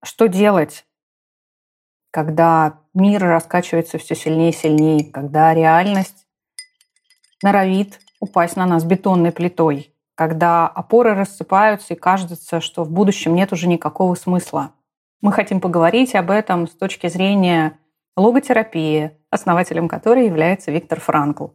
Что делать, когда мир раскачивается все сильнее и сильнее, когда реальность норовит упасть на нас бетонной плитой, когда опоры рассыпаются и кажется, что в будущем нет уже никакого смысла? Мы хотим поговорить об этом с точки зрения логотерапии, основателем которой является Виктор Франкл.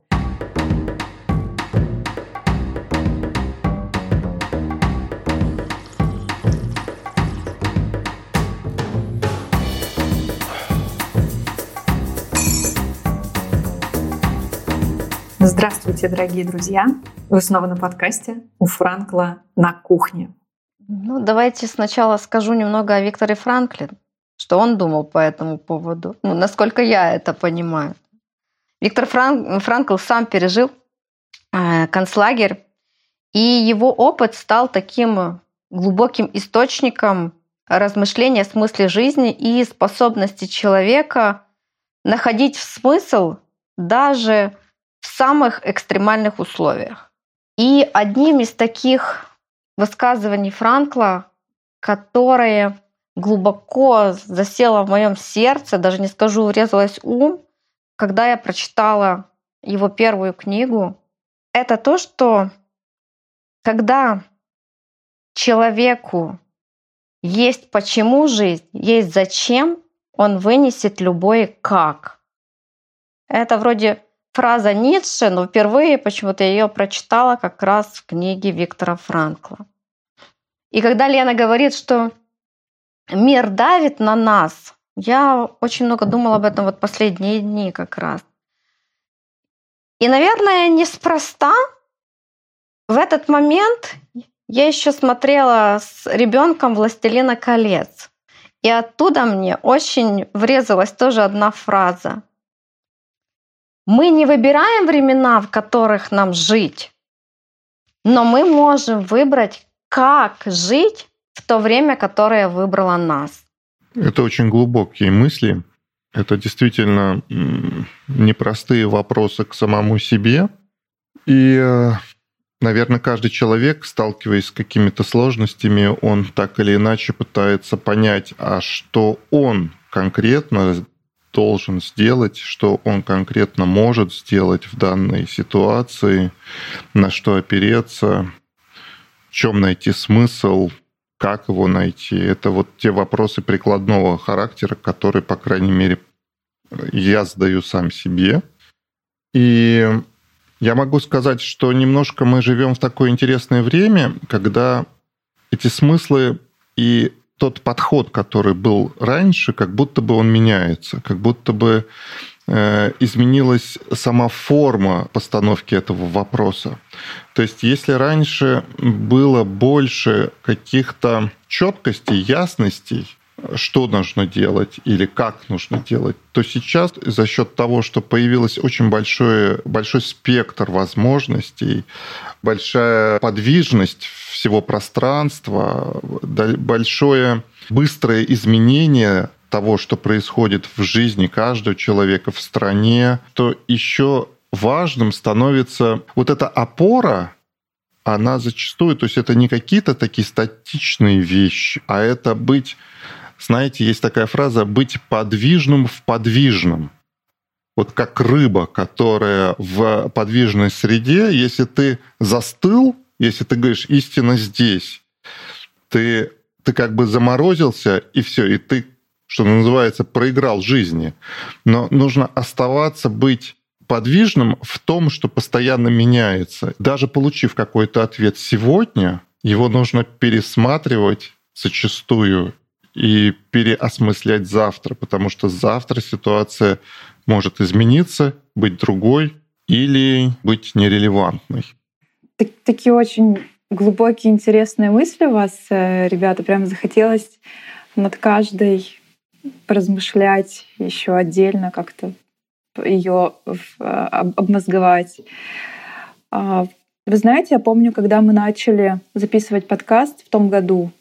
Здравствуйте, дорогие друзья! Вы снова на подкасте «У Франкла на кухне». Давайте сначала скажу немного о Викторе Франкле, что он думал по этому поводу, насколько я это понимаю. Виктор Франкл сам пережил концлагерь, и его опыт стал таким глубоким источником размышления о смысле жизни и способности человека находить смысл даже в самых экстремальных условиях. И одним из таких высказываний Франкла, которое глубоко засело в моем сердце, даже не скажу, врезалось в ум, когда я прочитала его первую книгу, это то, что когда человеку есть почему жизнь, есть зачем, он вынесет любое как. Это вроде фраза Ницше, но впервые почему-то я ее прочитала как раз в книге Виктора Франкла. И когда Лена говорит, что мир давит на нас, я очень много думала об этом последние дни как раз. И, наверное, неспроста в этот момент я еще смотрела с ребенком «Властелина колец». И оттуда мне очень врезалась тоже одна фраза. Мы не выбираем времена, в которых нам жить, но мы можем выбрать, как жить в то время, которое выбрало нас. Это очень глубокие мысли. Это действительно непростые вопросы к самому себе. И, наверное, каждый человек, сталкиваясь с какими-то сложностями, он так или иначе пытается понять, а что он конкретно должен сделать, что он конкретно может сделать в данной ситуации, на что опереться, в чем найти смысл, как его найти. Это те вопросы прикладного характера, которые, по крайней мере, я задаю сам себе. И я могу сказать, что немножко мы живем в такое интересное время, когда эти смыслы и тот подход, который был раньше, как будто бы он меняется, как будто бы изменилась сама форма постановки этого вопроса. То есть если раньше было больше каких-то четкостей, ясностей, что нужно делать или как нужно делать, то сейчас за счет того, что появилось очень большой спектр возможностей, большая подвижность всего пространства, большое быстрое изменение того, что происходит в жизни каждого человека, в стране, то еще важным становится эта опора, она зачастую, то есть это не какие-то такие статичные вещи, а это быть, знаете, есть такая фраза «быть подвижным в подвижном». Как рыба, которая в подвижной среде, если ты застыл, если ты говоришь «истина здесь», ты как бы заморозился, и все, и ты, что называется, проиграл жизни. Но нужно оставаться, быть подвижным в том, что постоянно меняется. Даже получив какой-то ответ сегодня, его нужно пересматривать зачастую и переосмыслять завтра, потому что завтра ситуация может измениться, быть другой или быть нерелевантной. Такие очень глубокие, интересные мысли у вас, ребята. Прям захотелось над каждой поразмышлять еще отдельно, как-то ее обмозговать. Вы знаете, я помню, когда мы начали записывать подкаст в том году,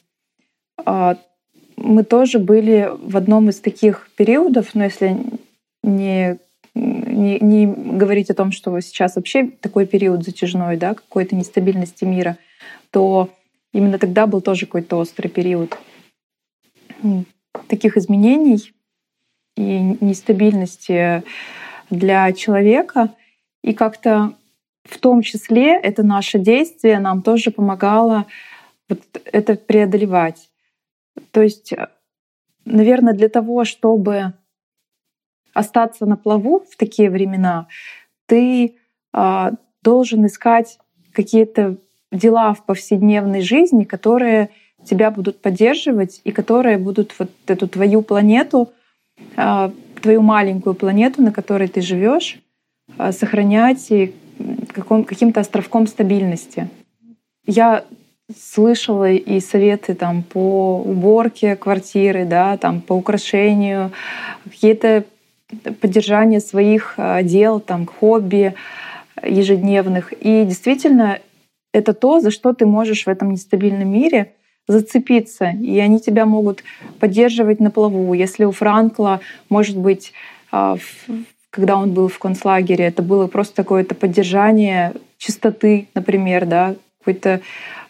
мы тоже были в одном из таких периодов, но если не говорить о том, что сейчас вообще такой период затяжной, да, какой-то нестабильности мира, то именно тогда был тоже какой-то острый период. таких изменений и нестабильности для человека. И как-то в том числе это наше действие нам тоже помогало вот это преодолевать. То есть, наверное, для того, чтобы остаться на плаву в такие времена, ты должен искать какие-то дела в повседневной жизни, которые тебя будут поддерживать и которые будут вот эту твою планету, твою маленькую планету, на которой ты живешь, сохранять и каким-то островком стабильности. Я слышала и советы там, по уборке квартиры, да, там, по украшению, какие-то поддержание своих дел, там, хобби ежедневных. И действительно, это то, за что ты можешь в этом нестабильном мире зацепиться. И они тебя могут поддерживать на плаву. Если у Франкла, может быть, когда он был в концлагере, это было просто какое-то поддержание чистоты, например, да, какое-то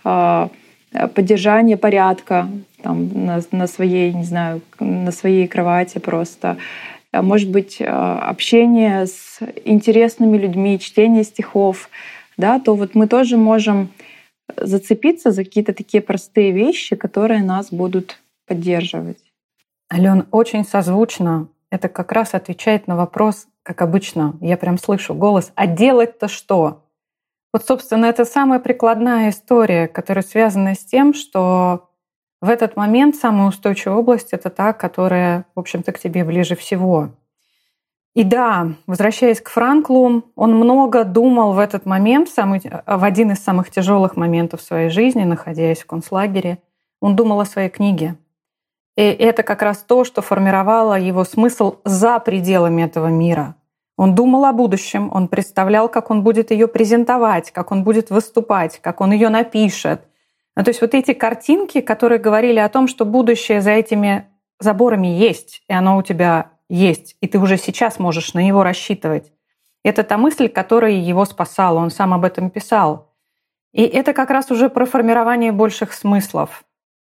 поддержание порядка там, на своей, не знаю, на своей кровати просто. Может быть, общение с интересными людьми, чтение стихов, да, то вот мы тоже можем зацепиться за какие-то такие простые вещи, которые нас будут поддерживать. Алён, очень созвучно. Это как раз отвечает на вопрос, как обычно, я прям слышу голос, а делать-то что? Вот, собственно, это самая прикладная история, которая связана с тем, что в этот момент самая устойчивая область — это та, которая, в общем-то, к тебе ближе всего. И да, возвращаясь к Франклу, он много думал в этот момент, в один из самых тяжелых моментов своей жизни, находясь в концлагере, он думал о своей книге. И это как раз то, что формировало его смысл за пределами этого мира. Он думал о будущем, он представлял, как он будет ее презентовать, как он будет выступать, как он ее напишет. Ну, то есть вот эти картинки, которые говорили о том, что будущее за этими заборами есть, и оно у тебя есть, и ты уже сейчас можешь на него рассчитывать. Это та мысль, которая его спасала, он сам об этом писал. И это как раз уже про формирование больших смыслов.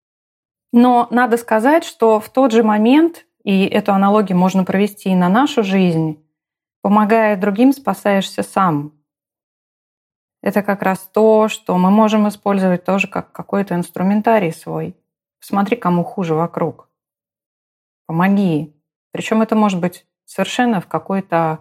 Но надо сказать, что в тот же момент, и эту аналогию можно провести и на нашу жизнь, помогая другим, спасаешься сам. Это как раз то, что мы можем использовать тоже как какой-то инструментарий свой. Посмотри, кому хуже вокруг. Помоги. Причем это может быть совершенно в какой-то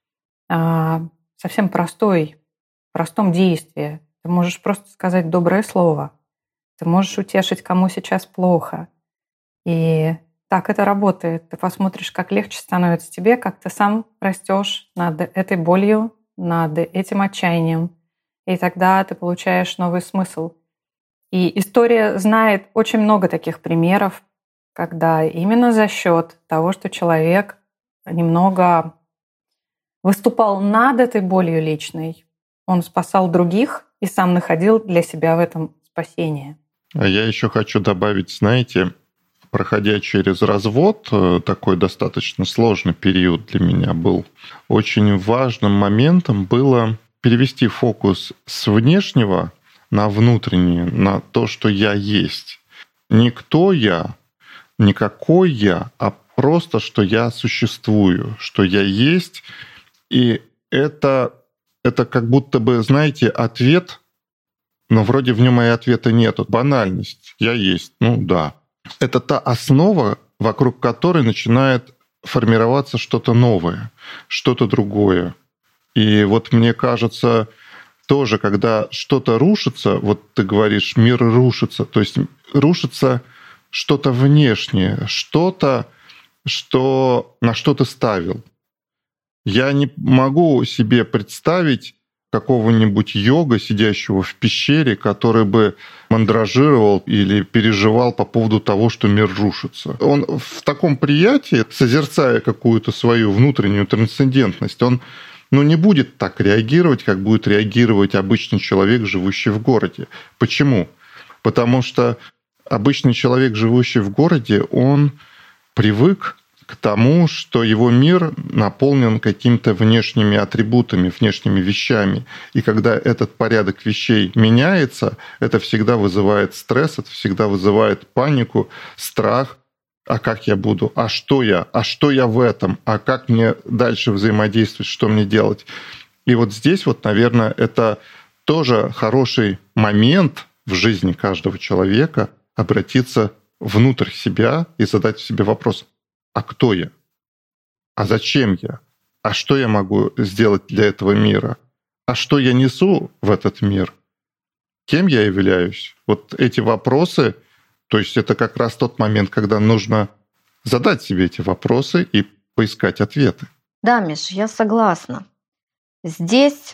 совсем простом действии. Ты можешь просто сказать доброе слово. Ты можешь утешить, кому сейчас плохо. И так это работает. Ты посмотришь, как легче становится тебе, как ты сам растешь над этой болью, над этим отчаянием. И тогда ты получаешь новый смысл. И история знает очень много таких примеров, когда именно за счет того, что человек немного выступал над этой болью личной, он спасал других и сам находил для себя в этом спасение. А я еще хочу добавить, знаете, проходя через развод, такой достаточно сложный период для меня был, очень важным моментом было перевести фокус с внешнего на внутреннее, на то, что я есть. Не кто я, не какой я, а просто, что я существую, что я есть. И это как будто бы, знаете, ответ, но вроде в нем и ответа нету. Банальность. Я есть. Ну да. Это та основа, вокруг которой начинает формироваться что-то новое, что-то другое. И вот мне кажется, тоже, когда что-то рушится, вот ты говоришь, мир рушится, то есть рушится что-то внешнее, что-то, на что ты ставил. Я не могу себе представить какого-нибудь йога, сидящего в пещере, который бы мандражировал или переживал по поводу того, что мир рушится. Он в таком приятии, созерцая какую-то свою внутреннюю трансцендентность, он не будет так реагировать, как будет реагировать обычный человек, живущий в городе. Почему? Потому что обычный человек, живущий в городе, он привык к тому, что его мир наполнен какими-то внешними атрибутами, внешними вещами. И когда этот порядок вещей меняется, это всегда вызывает стресс, это всегда вызывает панику, страх. А как я буду? А что я? А что я в этом? А как мне дальше взаимодействовать? Что мне делать? И вот здесь вот, наверное, это тоже хороший момент в жизни каждого человека обратиться внутрь себя и задать себе вопрос: а кто я? А зачем я? А что я могу сделать для этого мира? А что я несу в этот мир? Кем я являюсь? Вот эти вопросы, то есть это как раз тот момент, когда нужно задать себе эти вопросы и поискать ответы. Да, Миш, я согласна. Здесь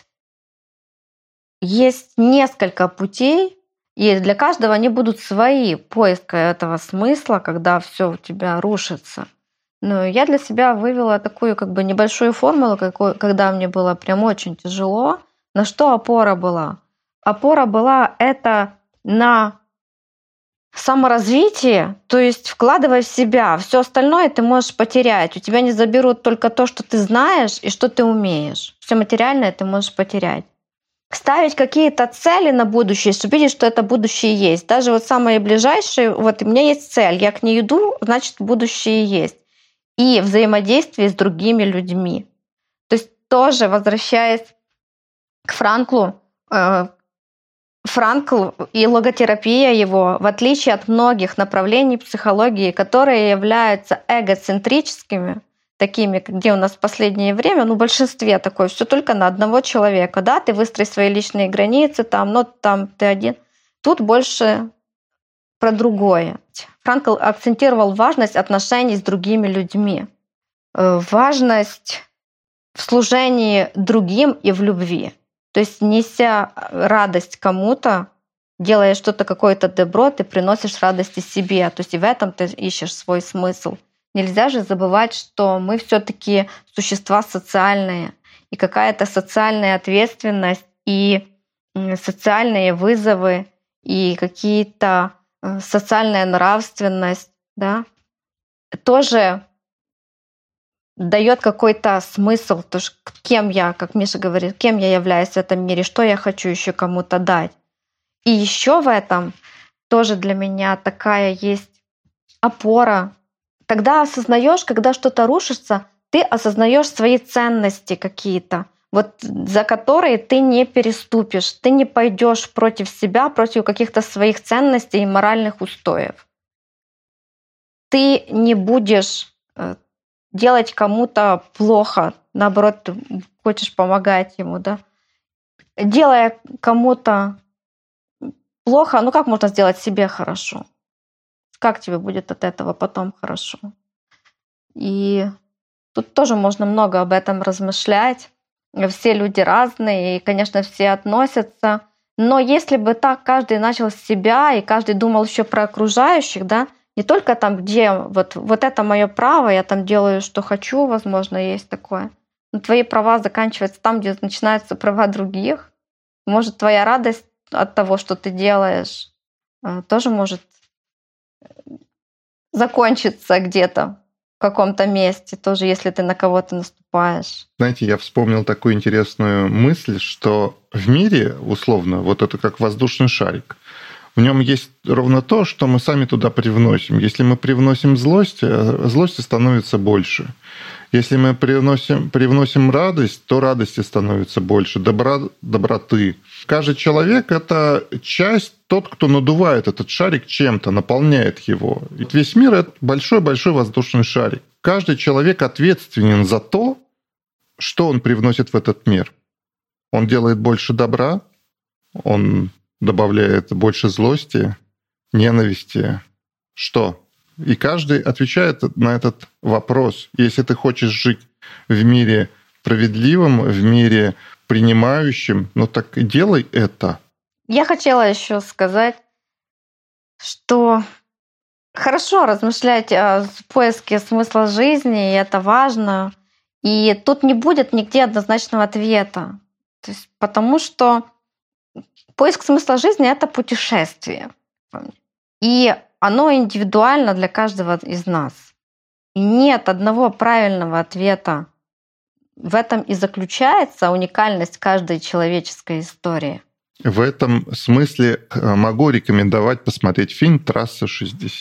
есть несколько путей, и для каждого они будут свои поиска этого смысла, когда все у тебя рушится. Но я для себя вывела такую как бы небольшую формулу, когда мне было прям очень тяжело. На что опора была? Опора была это на саморазвитие, то есть вкладывай в себя. Все остальное ты можешь потерять. У тебя не заберут только то, что ты знаешь и что ты умеешь. Все материальное ты можешь потерять. Ставить какие-то цели на будущее, чтобы видеть, что это будущее есть. Даже вот самые ближайшие, вот у меня есть цель, я к ней иду, значит, будущее есть. И взаимодействие с другими людьми. То есть тоже, возвращаясь к Франклу, Франкл и логотерапия его, в отличие от многих направлений психологии, которые являются эгоцентрическими, такими, где у нас в последнее время, в большинстве такое, все только на одного человека. Да, ты выстрои свои личные границы, но там ты один. Тут больше про другое. Франкл акцентировал важность отношений с другими людьми, важность в служении другим и в любви. То есть, неся радость кому-то, делая что-то, какое-то добро, ты приносишь радость и себе. То есть и в этом ты ищешь свой смысл. Нельзя же забывать, что мы все-таки существа социальные, и какая-то социальная ответственность, и социальные вызовы, и какие-то социальная нравственность, да, тоже дает какой-то смысл, то есть кем я, как Миша говорит, кем я являюсь в этом мире, что я хочу еще кому-то дать. И еще в этом тоже для меня такая есть опора. Тогда осознаешь, когда что-то рушится, ты осознаешь свои ценности какие-то, вот за которые ты не переступишь, ты не пойдешь против себя, против каких-то своих ценностей и моральных устоев. Ты не будешь делать кому-то плохо, наоборот, ты хочешь помогать ему, да? Делая кому-то плохо, как можно сделать себе хорошо? Как тебе будет от этого потом хорошо? И тут тоже можно много об этом размышлять. Все люди разные, и, конечно, все относятся. Но если бы так каждый начал с себя, и каждый думал еще про окружающих, да, не только там, где вот это мое право, я там делаю, что хочу, возможно, есть такое. Но твои права заканчиваются там, где начинаются права других. Может, твоя радость от того, что ты делаешь, тоже может закончиться где-то в каком-то месте, тоже если ты на кого-то наступаешь. Знаете, я вспомнил такую интересную мысль, что в мире, условно, вот это как воздушный шарик. В нем есть ровно то, что мы сами туда привносим. Если мы привносим злость, злости становится больше. Если мы привносим радость, то радости становится больше, доброты. Каждый человек — это часть, тот, кто надувает этот шарик чем-то, наполняет его. Ведь весь мир — это большой-большой воздушный шарик. Каждый человек ответственен за то, что он привносит в этот мир. Он делает больше добра, он добавляет больше злости, ненависти. Что? И каждый отвечает на этот вопрос. Если ты хочешь жить в мире справедливом, в мире принимающем, так и делай это. Я хотела еще сказать, что хорошо размышлять о поиске смысла жизни, и это важно. И тут не будет нигде однозначного ответа. То есть, потому что поиск смысла жизни — это путешествие. И оно индивидуально для каждого из нас. И нет одного правильного ответа. В этом и заключается уникальность каждой человеческой истории. В этом смысле могу рекомендовать посмотреть фильм «Трасса 60».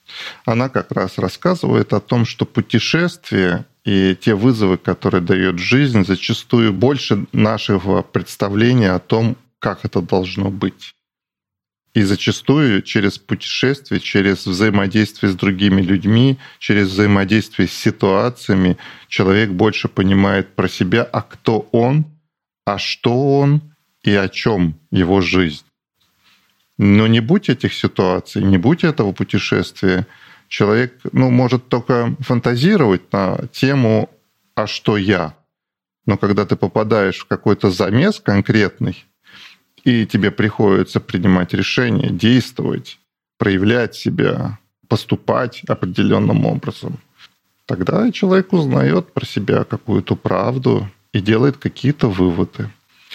Она как раз рассказывает о том, что путешествия и те вызовы, которые дает жизнь, зачастую больше нашего представления о том, как это должно быть. И зачастую через путешествие, через взаимодействие с другими людьми, через взаимодействие с ситуациями человек больше понимает про себя, а кто он, а что он и о чем его жизнь. Но не будь этих ситуаций, не будь этого путешествия, человек может только фантазировать на тему «а что я?». Но когда ты попадаешь в какой-то замес конкретный, и тебе приходится принимать решения, действовать, проявлять себя, поступать определенным образом, тогда человек узнает про себя какую-то правду и делает какие-то выводы.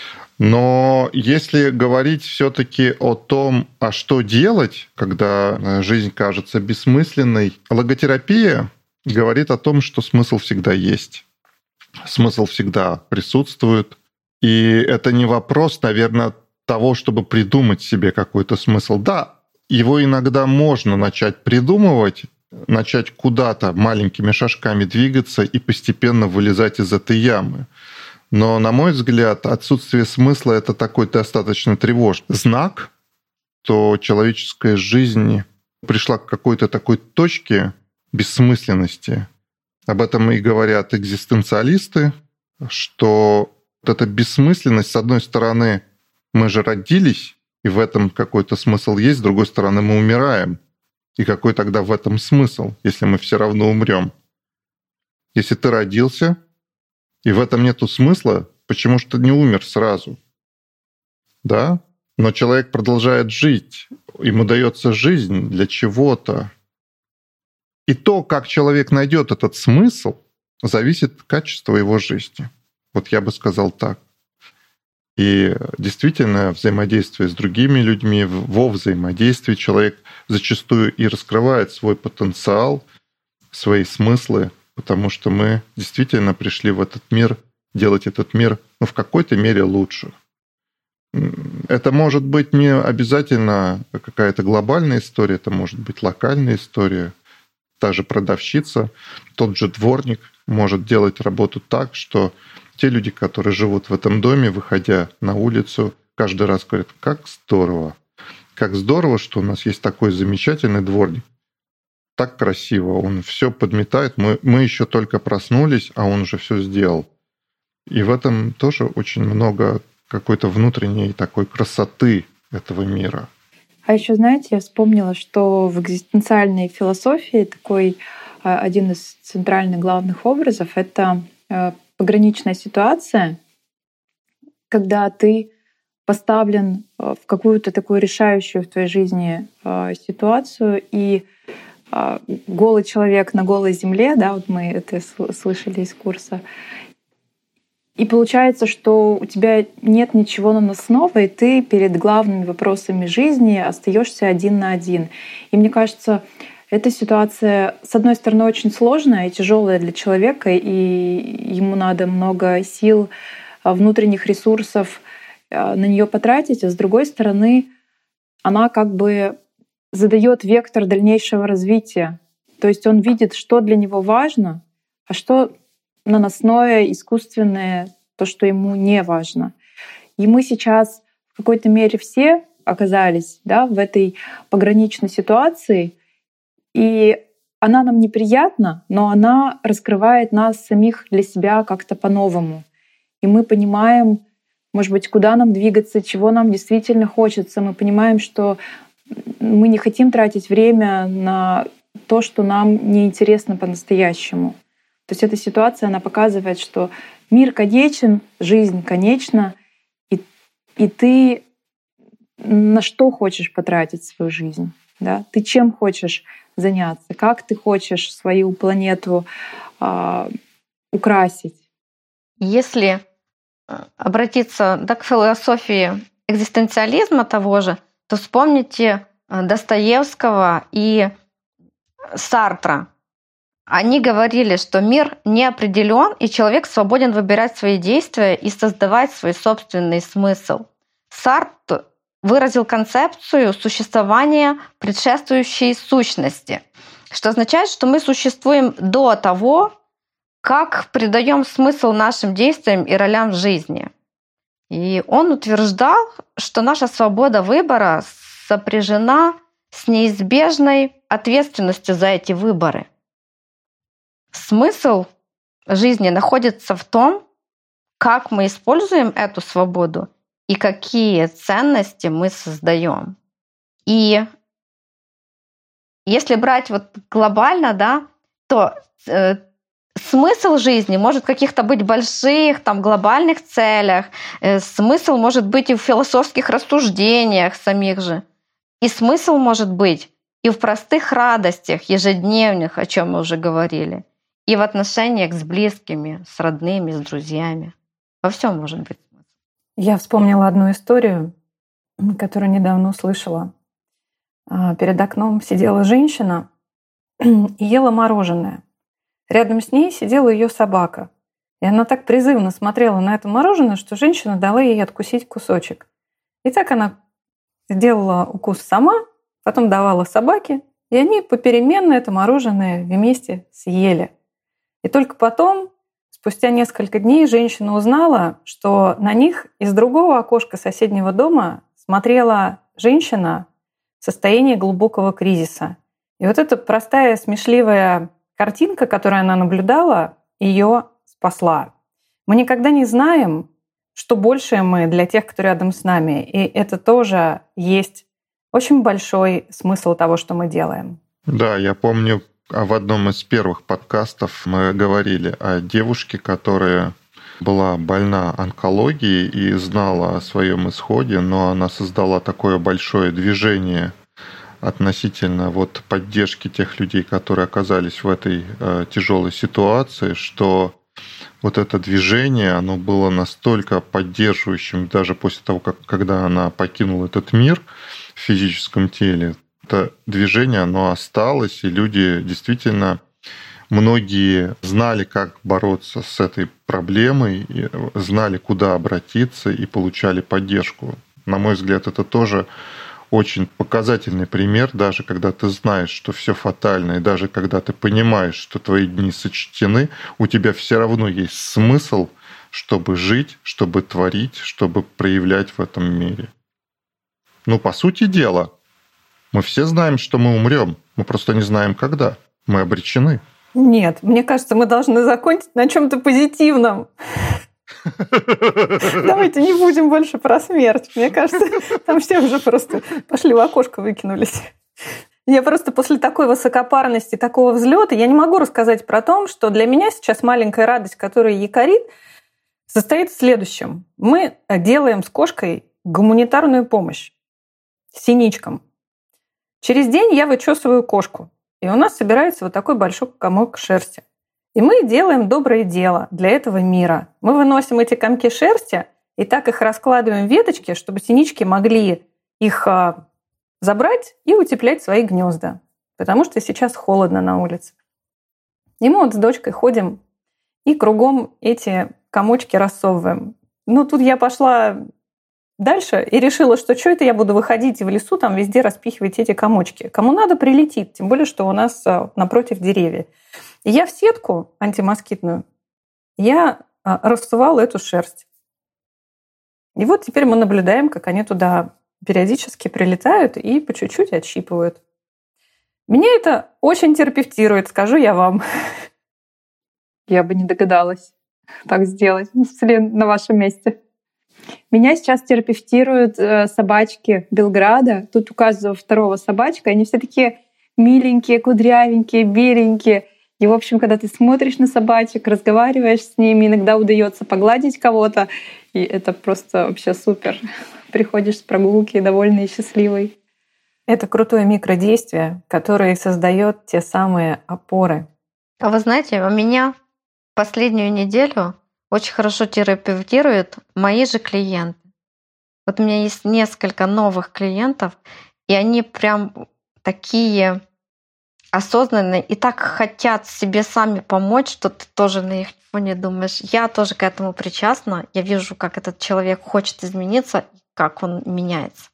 Но если говорить все-таки о том, а что делать, когда жизнь кажется бессмысленной, логотерапия говорит о том, что смысл всегда есть. Смысл всегда присутствует. И это не вопрос, наверное, того, чтобы придумать себе какой-то смысл. Да, его иногда можно начать придумывать, начать куда-то маленькими шажками двигаться и постепенно вылезать из этой ямы. Но, на мой взгляд, отсутствие смысла — это такой достаточно тревожный знак, что человеческая жизнь пришла к какой-то такой точке бессмысленности. Об этом и говорят экзистенциалисты, что вот эта бессмысленность, с одной стороны, мы же родились, и в этом какой-то смысл есть, с другой стороны, мы умираем. И какой тогда в этом смысл, если мы все равно умрем? Если ты родился, и в этом нету смысла, почему же ты не умер сразу? Да? Но человек продолжает жить, ему дается жизнь для чего-то. И то, как человек найдет этот смысл, зависит от качества его жизни. Вот я бы сказал так. И действительно, взаимодействие с другими людьми, во взаимодействии человек зачастую и раскрывает свой потенциал, свои смыслы, потому что мы действительно пришли в этот мир делать этот мир в какой-то мере лучше. Это может быть не обязательно какая-то глобальная история, это может быть локальная история. Та же продавщица, тот же дворник может делать работу так, что те люди, которые живут в этом доме, выходя на улицу, каждый раз говорят: как здорово, что у нас есть такой замечательный дворник. Так красиво, он все подметает. Мы еще только проснулись, а он уже все сделал. И в этом тоже очень много какой-то внутренней такой красоты этого мира. А еще, знаете, я вспомнила, что в экзистенциальной философии такой один из центральных главных образов — это пограничная ситуация, когда ты поставлен в какую-то такую решающую в твоей жизни ситуацию, и голый человек на голой земле, да, вот мы это слышали из курса, и получается, что у тебя нет ничего наносного, и ты перед главными вопросами жизни остаешься один на один. И мне кажется, эта ситуация, с одной стороны, очень сложная и тяжелая для человека, и ему надо много сил, внутренних ресурсов на нее потратить, а с другой стороны, она как бы задает вектор дальнейшего развития. То есть он видит, что для него важно, а что наносное, искусственное, то, что ему не важно. И мы сейчас в какой-то мере все оказались, да, в этой пограничной ситуации, и она нам неприятна, но она раскрывает нас самих для себя как-то по-новому. И мы понимаем, может быть, куда нам двигаться, чего нам действительно хочется. Мы понимаем, что мы не хотим тратить время на то, что нам неинтересно по-настоящему. То есть эта ситуация, она показывает, что мир конечен, жизнь конечна, и ты на что хочешь потратить свою жизнь? Да? Ты чем хочешь заняться? Как ты хочешь свою планету украсить? Если обратиться к философии экзистенциализма того же, то вспомните Достоевского и Сартра. Они говорили, что мир не определен, и человек свободен выбирать свои действия и создавать свой собственный смысл. Сартр выразил концепцию существования предшествующей сущности, что означает, что мы существуем до того, как придаем смысл нашим действиям и ролям в жизни. И он утверждал, что наша свобода выбора сопряжена с неизбежной ответственностью за эти выборы. Смысл жизни находится в том, как мы используем эту свободу и какие ценности мы создаем. И если брать вот глобально, да, то смысл жизни может каких-то быть больших, там, глобальных целях, смысл может быть и в философских рассуждениях самих же, и смысл может быть и в простых радостях ежедневных, о чем мы уже говорили, и в отношениях с близкими, с родными, с друзьями. Во всем может быть смысл. Я вспомнила одну историю, которую недавно услышала. Перед окном сидела женщина и ела мороженое. Рядом с ней сидела ее собака. И она так призывно смотрела на это мороженое, что женщина дала ей откусить кусочек. И так она сделала укус сама, потом давала собаке, и они попеременно это мороженое вместе съели. И только потом, спустя несколько дней, женщина узнала, что на них из другого окошка соседнего дома смотрела женщина в состоянии глубокого кризиса. И вот эта простая, смешливая картинка, которую она наблюдала, ее спасла. Мы никогда не знаем, что большее мы для тех, кто рядом с нами. И это тоже есть очень большой смысл того, что мы делаем. Да, я помню, в одном из первых подкастов мы говорили о девушке, которая была больна онкологией и знала о своем исходе, но она создала такое большое движение относительно вот поддержки тех людей, которые оказались в этой тяжелой ситуации, что вот это движение, оно было настолько поддерживающим даже после того, когда она покинула этот мир в физическом теле. Это движение, оно осталось, и люди действительно, многие знали, как бороться с этой проблемой, знали, куда обратиться и получали поддержку. На мой взгляд, это тоже очень показательный пример, даже когда ты знаешь, что все фатально, и даже когда ты понимаешь, что твои дни сочтены, у тебя все равно есть смысл, чтобы жить, чтобы творить, чтобы проявлять в этом мире. Ну, по сути дела, мы все знаем, что мы умрем, мы просто не знаем, когда. Мы обречены. Нет, мне кажется, мы должны закончить на чем-то позитивном. Давайте не будем больше про смерть. Мне кажется, там все уже просто пошли в окошко, выкинулись. Я просто после такой высокопарности, такого взлета, я не могу рассказать про то, что для меня сейчас маленькая радость, которая якорит, состоит в следующем. Мы делаем с кошкой гуманитарную помощь синичкам. Через день я вычесываю кошку, и у нас собирается вот такой большой комок шерсти. И мы делаем доброе дело для этого мира. Мы выносим эти комки шерсти и так их раскладываем в веточки, чтобы синички могли их забрать и утеплять свои гнезда. Потому что сейчас холодно на улице. И мы вот с дочкой ходим и кругом эти комочки рассовываем. Ну, тут я пошла дальше и решила, что это я буду выходить в лесу, там везде распихивать эти комочки. Кому надо, прилетит. Тем более, что у нас напротив деревья. И я в сетку антимоскитную, я рассувала эту шерсть. И вот теперь мы наблюдаем, как они туда периодически прилетают и по чуть-чуть отщипывают. Меня это очень терапевтирует, скажу я вам. Я бы не догадалась так сделать, если на вашем месте. Меня сейчас терапевтируют собачки Белграда. Тут у каждого второго собачка. Они все такие миленькие, кудрявенькие, беленькие. И, в общем, когда ты смотришь на собачек, разговариваешь с ними, иногда удается погладить кого-то, и это просто вообще супер. Приходишь с прогулки довольный и счастливый. Это крутое микродействие, которое создает те самые опоры. А вы знаете, у меня последнюю неделю очень хорошо терапевтируют мои же клиенты. Вот у меня есть несколько новых клиентов, и они прям такие осознанные и так хотят себе сами помочь, что ты тоже на их фоне думаешь, я тоже к этому причастна, я вижу, как этот человек хочет измениться, как он меняется.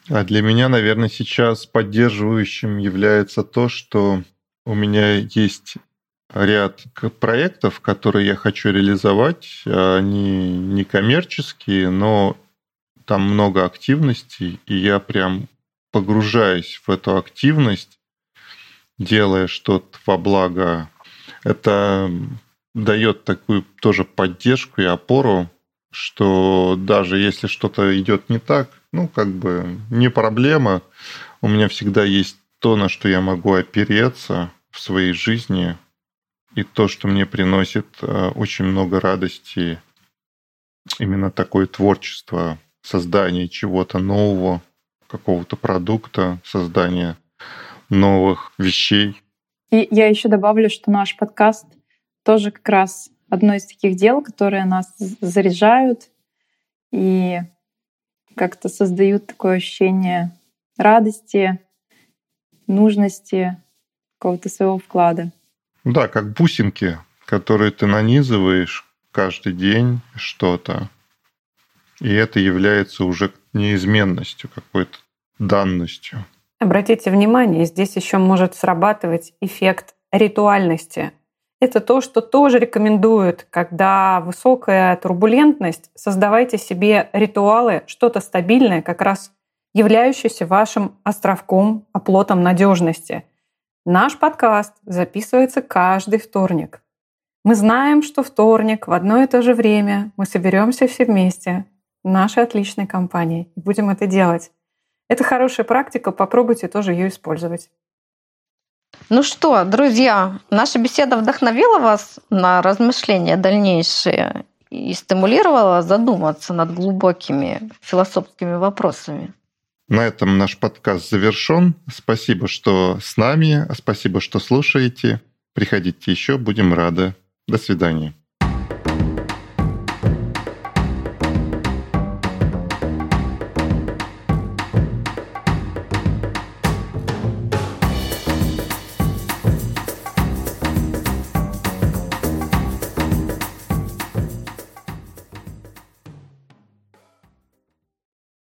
А для меня, наверное, сейчас поддерживающим является то, что у меня есть ряд проектов, которые я хочу реализовать. Они не коммерческие, но там много активностей, и я прям погружаюсь в эту активность, делая что-то во благо. Это дает такую тоже поддержку и опору, что даже если что-то идет не так, не проблема. У меня всегда есть то, на что я могу опереться в своей жизни, и то, что мне приносит очень много радости, именно такое творчество, создание чего-то нового, какого-то продукта, создание новых вещей. И я еще добавлю, что наш подкаст тоже как раз одно из таких дел, которые нас заряжают и как-то создают такое ощущение радости, нужности, какого-то своего вклада. Да, как бусинки, которые ты нанизываешь каждый день что-то, и это является уже неизменностью, какой-то данностью. Обратите внимание, здесь еще может срабатывать эффект ритуальности. Это то, что тоже рекомендуют, когда высокая турбулентность, создавайте себе ритуалы, что-то стабильное, как раз являющееся вашим островком, оплотом надежности. Наш подкаст записывается каждый вторник. Мы знаем, что вторник в одно и то же время мы соберемся все вместе в нашей отличной компании и будем это делать. Это хорошая практика, попробуйте тоже ее использовать. Ну что, друзья, наша беседа вдохновила вас на размышления дальнейшие и стимулировала задуматься над глубокими философскими вопросами. На этом наш подкаст завершен. Спасибо, что с нами. Спасибо, что слушаете. Приходите еще, будем рады. До свидания.